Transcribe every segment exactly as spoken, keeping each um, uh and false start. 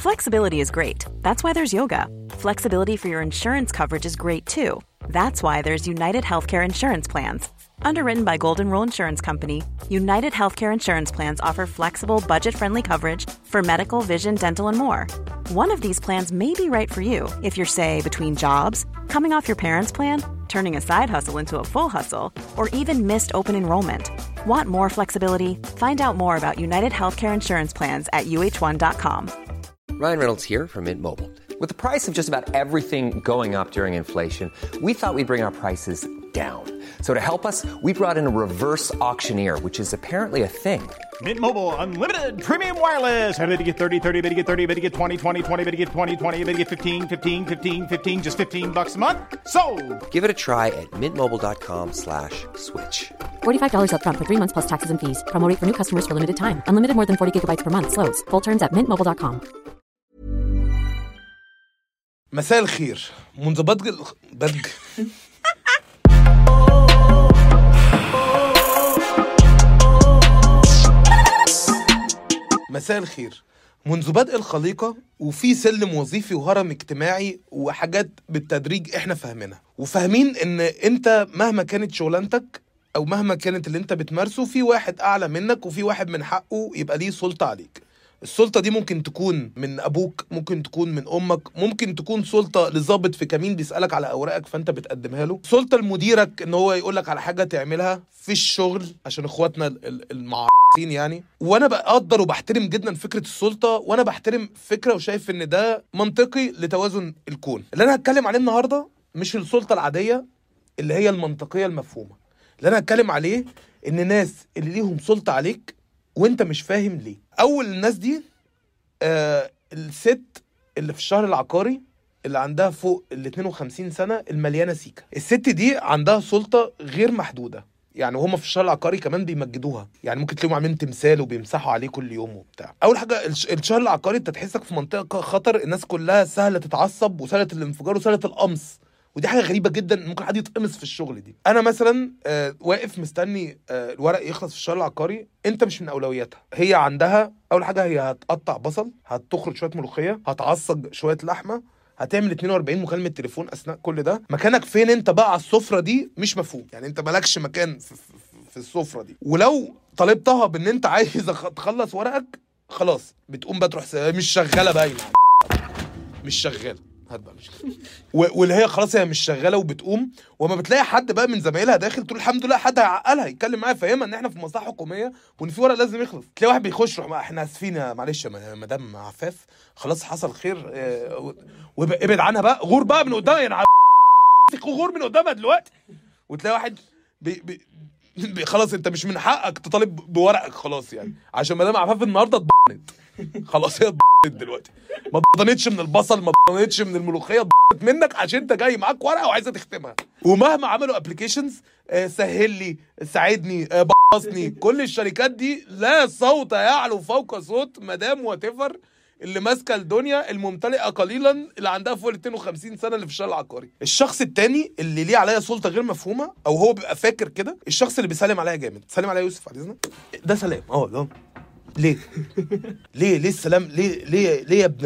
Flexibility is great. That's why there's yoga. Flexibility for your insurance coverage is great too. That's why there's United Healthcare Insurance Plans. Underwritten by Golden Rule Insurance Company, United Healthcare Insurance Plans offer flexible, budget-friendly coverage for medical, vision, dental, and more. One of these plans may be right for you if you're, say, between jobs, coming off your parents' plan, turning a side hustle into a full hustle, or even missed open enrollment. Want more flexibility? Find out more about United Healthcare Insurance Plans at U H one dot com. Ryan Reynolds here from Mint Mobile. With the price of just about everything going up during inflation, we thought we'd bring our prices down. So to help us, we brought in a reverse auctioneer, which is apparently a thing. Mint Mobile Unlimited Premium Wireless. How to get thirty, thirty, how to get thirty, how to get twenty, twenty, twenty, how to get twenty, twenty, how to get fifteen, fifteen, fifteen, fifteen, just fifteen bucks a month? Sold! Give it a try at mintmobile.com slash switch. forty-five dollars up front for three months plus taxes and fees. Promo rate for new customers for limited time. Unlimited more than forty gigabytes per month. Slows full terms at mint mobile dot com. مساء الخير. منذ بدء بدء مساء الخير. منذ بدء الخليقة وفي سلم وظيفي وهرم اجتماعي وحاجات بالتدريج احنا فاهمينها وفاهمين ان انت مهما كانت شغلانتك او مهما كانت اللي انت بتمارسه في واحد اعلى منك وفي واحد من حقه يبقى ليه سلطة عليك. السلطة دي ممكن تكون من أبوك، ممكن تكون من أمك، ممكن تكون سلطة لضابط في كمين بيسألك على أوراقك فأنت بتقدمها له، سلطة لمديرك إن هو يقولك على حاجة تعملها في الشغل عشان إخواتنا المعارفين يعني. وأنا بقدر وبحترم جدا فكرة السلطة، وأنا بحترم فكرة وشايف إن ده منطقي لتوازن الكون. اللي أنا هتكلم عليه النهاردة مش السلطة العادية اللي هي المنطقية المفهومة. اللي أنا هتكلم عليه إن الناس اللي ليهم سلطة عليك وانت مش فاهم ليه. اول الناس دي آه الست اللي في الشهر العقاري اللي عندها فوق ال اتنين وخمسين سنة المليانة سيكا. الست دي عندها سلطة غير محدودة يعني، وهم في الشهر العقاري كمان بيمجدوها يعني، ممكن تلاقيهم عاملين تمثال وبيمسحوا عليه كل يوم وبتاع. اول حاجة الشهر العقاري انت تحسك في منطقة خطر، الناس كلها سهلة تتعصب وسهلة الانفجار وسهلة القمص، ودي حاجة غريبة جدا. ممكن حد يتقمص في الشغل دي. أنا مثلا آه واقف مستني آه الورق يخلص في الشهر العقاري، أنت مش من أولوياتها. هي عندها أول حاجة هي هتقطع بصل، هتخرج شوية ملوخية، هتعصج شوية لحمة، هتعمل اتنين واربعين مكالمة تليفون أثناء كل ده. مكانك فين أنت بقى على السفرة دي مش مفهوم يعني، أنت مالكش مكان في, في, في السفرة دي. ولو طالبتها بأن أنت عايز تخلص ورقك خلاص بتقوم بقى تروح مش شغالة باينة مش شغالة مش واللي هي خلاص هي مش شغاله وبتقوم. وما بتلاقي حد بقى من زمايلها داخل تقول الحمد لله حد هيعقلها يتكلم معايا فاهمها ان احنا في مصلحه حكوميه وان في ورق لازم يخلص. تلاقي واحد بيخش روح احنا اسفين معلش يا مدام عفاف خلاص حصل خير اه وابعد عنها بقى غور بقى من قدامها يعني غور من قدامها دلوقتي. وتلاقي واحد بي بي خلاص انت مش من حقك تطالب بورقك خلاص يعني عشان مدام عفاف النهارده اتبطنت خلاص هي اتبطنت دلوقتي، ما اتبطنتش من البصل، ما اتبطنتش من الملوخيه، اتبطنت منك عشان انت جاي معاك ورقه وعايزه تختمها. ومهما عملوا ابلكيشنز آه سهل لي ساعدني آه بصني، كل الشركات دي لا صوت يعلو فوق صوت مدام واتفر اللي ماسكه الدنيا الممتلئه قليلا اللي عندها فوق ال اتنين وخمسين سنه اللي في الشارع العقاري. الشخص التاني اللي ليه عليا سلطه غير مفهومه او هو بيبقى فاكر كده، الشخص اللي بيسلم عليا جامد. سلم عليا يوسف على اذنك، ده سلام. اه لا ليه ليه ليه السلام ليه ليه ليه يا ابن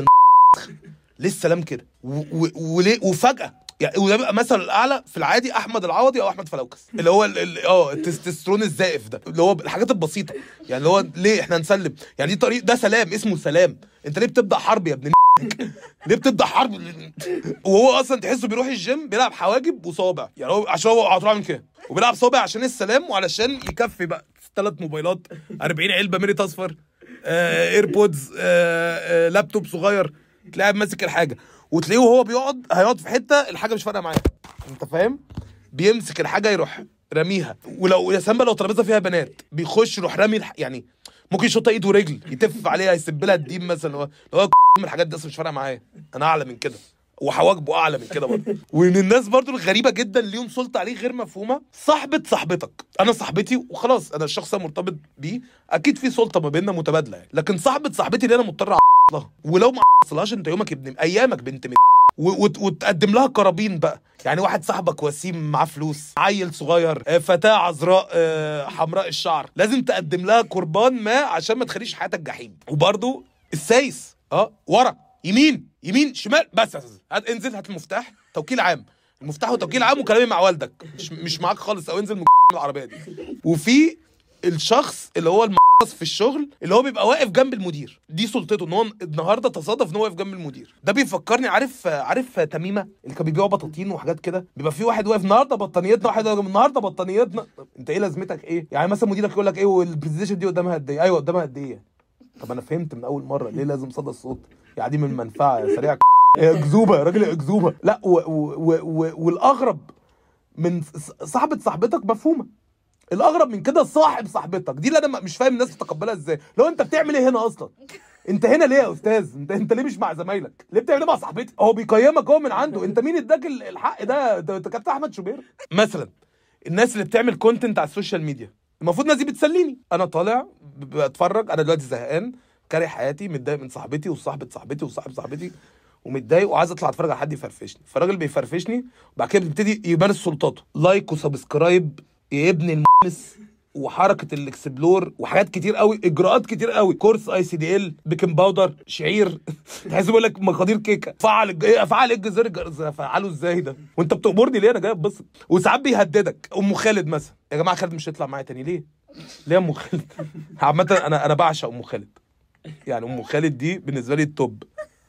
ليه السلام كده وليه وفجاه يعني. وده بقى مثلا الاعلى في العادي احمد العوضي او احمد فلوكس اللي هو اه التستوستيرون الزائف ده اللي هو الحاجات البسيطه يعني، اللي هو ليه احنا نسلم يعني، دي طريق ده سلام اسمه سلام. انت ليه بتبدا حرب يا ابن ليه بتبدا حرب؟ وهو اصلا تحسه بيروح الجيم بيلعب حواجب وصوابع يعني، هو عشان هو على طول عامل كده وبيلعب صوابع عشان السلام وعلشان يكفي بقى ثلاث موبايلات أربعين علبه ميريت اصفر آه ايربودز آه آه لابتوب صغير، تلاقيه ماسك الحاجه وتلاقيه وهو بيقعد هيقعد في حته الحاجه مش فارقه معاه انت فاهم، بيمسك الحاجه يروح رميها. ولو يا سامبا لو ترابيزه فيها بنات بيخش يروح رامي الح... يعني ممكن يشوط ايد ورجل يتف عليها يسب لها الديم مثلا، لو هو من الحاجات دي اصلا مش فارقه معايا، انا اعلى من كده وحواجبه اعلى من كده برضه. وان الناس برضه الغريبه جدا ليهم سلطه عليه غير مفهومه. صاحبه صاحبتك، انا صاحبتي وخلاص انا الشخص مرتبط بيه اكيد في سلطه ما بيننا متبادله يعني، لكن صاحبه صاحبتي اللي انا مضطر لها ولو ما اصلهاش انت يومك ابن ايامك بنت من وتقدم لها قرابين بقى يعني. واحد صاحبك وسيم معاه فلوس، عيل صغير، فتاه عذراء حمراء الشعر، لازم تقدم لها قربان ما عشان ما تخليش حياتك جحيم. وبرضه السايس اه ورا يمين يمين شمال بس هات انزل هات المفتاح توكيل عام المفتاح وتوكيل عام وكلامي مع والدك مش مش معاك خالص او انزل من العربيه دي. وفي الشخص اللي هو المقص في الشغل اللي هو بيبقى واقف جنب المدير دي سلطته ان هو النهارده تصادف ان هو واقف جنب المدير. ده بيفكرني عارف عارف تميمه اللي كان بيبيعوا بطاطين وحاجات كده بيبقى في واحد واقف النهارده بطانيتنا واحد النهارده بطانيتنا انت ايه لازمتك ايه يعني مثلا مديرك يقول لك ايه والبرزنتيشن دي قدامها قد ايه ايوه قدامها قد ايه طب انا فهمت من اول مره ليه لازم صدى الصوت يعني دي من المنفعه يا سريع يا اكذوبه يا راجل يا اكذوبه. لا و و و والاغرب من صاحبه صاحبتك مفهومه الاغرب من كده صاحب صاحبتك دي اللي انا مش فاهم الناس تتقبلها ازاي. لو انت بتعمل ايه هنا اصلا انت هنا ليه يا استاذ انت انت ليه مش مع زمايلك ليه بتعمل ايه مع صاحبتك هو بيقيمك هو من عنده انت مين اداك الحق ده انت كابتن احمد شوبير مثلا. الناس اللي بتعمل كونتنت على السوشيال ميديا المفروض الناس دي بتسليني انا طالع بتفرج انا دلوقتي زهقان كاره حياتي متضايق من صاحبتي وصاحبه صاحبتي وصاحب صاحبتي ومتضايق وعايز اطلع اتفرج على حد يفرفشني فالراجل بيفرفشني وبعد كده بيبتدي يمارس سلطاته لايك وسبسكرايب يا ابن المس وحركه الاكسبلور وحاجات كتير قوي اجراءات كتير قوي كورس اي سي دي ال بيكنج باودر شعير تحس بيقول لك مقادير كيكه فعل ايه افعل ايه الجزر فعله ازاي ده وانت بتأمرني ليه انا جاي اتبسط. وساعات بيهددك ام خالد مثلا يا جماعه خالد مش هيطلع معايا تاني ليه ليه ام خالد عامه انا انا بعشق ام خالد يعني ام خالد دي بالنسبه لي التوب.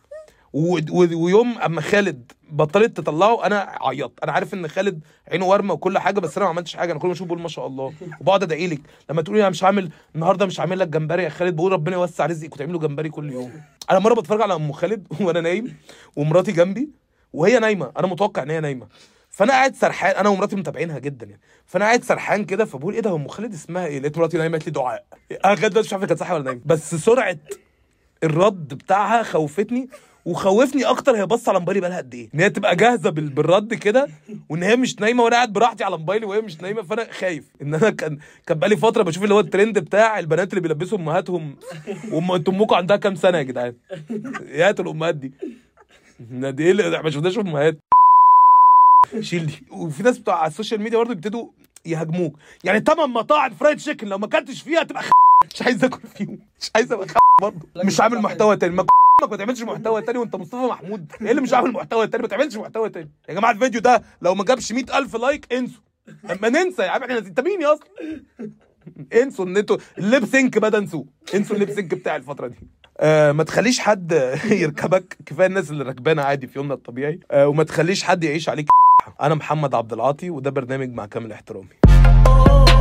ويوم اما خالد بطلت تطلعه انا عيطت انا عارف ان خالد عينه ورمه وكل حاجه بس انا ما عملتش حاجه انا كل ما اشوف بقول ما شاء الله وبقعد ادعي لك لما تقولي انا مش هعمل النهارده مش هعمل لك جمبري يا خالد بقول ربنا يوسع رزقك وتعملوا جمبري كل يوم. انا مره بتفرج على ام خالد وانا نايم ومراتي جنبي وهي نايمه انا متوقع ان هي نايمه فانا قاعد سرحان انا ومراتي متابعينها جدا يعني فانا قاعد سرحان كده فبقول ايه ده ام خالد اسمها ايه لقيت مراتي نايمه قالت لي دعاء انا لغايه دلوقتي مش عارف كانت صح ولا نايمه بس سرعه الرد بتاعها خوفتني وخوفني اكتر هي بص على موبايلي بقالها قد ايه ان هي تبقى جاهزه بالرد كده وان هي مش نايمه وانا قاعد براحتي على موبايلي وهي مش نايمه فانا خايف ان انا كان كان بقالي فتره بشوف اللي هو الترند بتاع البنات اللي بيلبسوا امهاتهم وام انتم امكم عندها كام سنه يا جدعان يا هاتوا الامهات دي دي ايه اللي ما شفناش امهات شيل دي. وفي ناس بتوع على السوشيال ميديا برضه بيبتدوا يهاجموك يعني تمن مطاعم فرايد تشيكن لو ما اكلتش فيها تبقى خ... مش عايز اكل فيهم مش عايز ابقى خ... برضه مش عامل محتوى تاني ما ما تعملش محتوى تاني وانت مصطفى محمود ايه اللي مش عامل محتوى تاني ما تعملش محتوى تاني يا جماعه الفيديو ده لو ما جابش مئة ألف لايك انسوا اما ننسى يا عم احنا انت مين يا اصلا انسوا ان انتوا الليب سينك بدا انسوا انسوا الليب سينك بتاع الفتره دي. آه ما تخليش حد يركبك كفايه الناس اللي راكبانا عادي في يومنا الطبيعي آه وما تخليش حد يعيش عليك. انا محمد عبد العاطي وده برنامج مع كامل احترامي.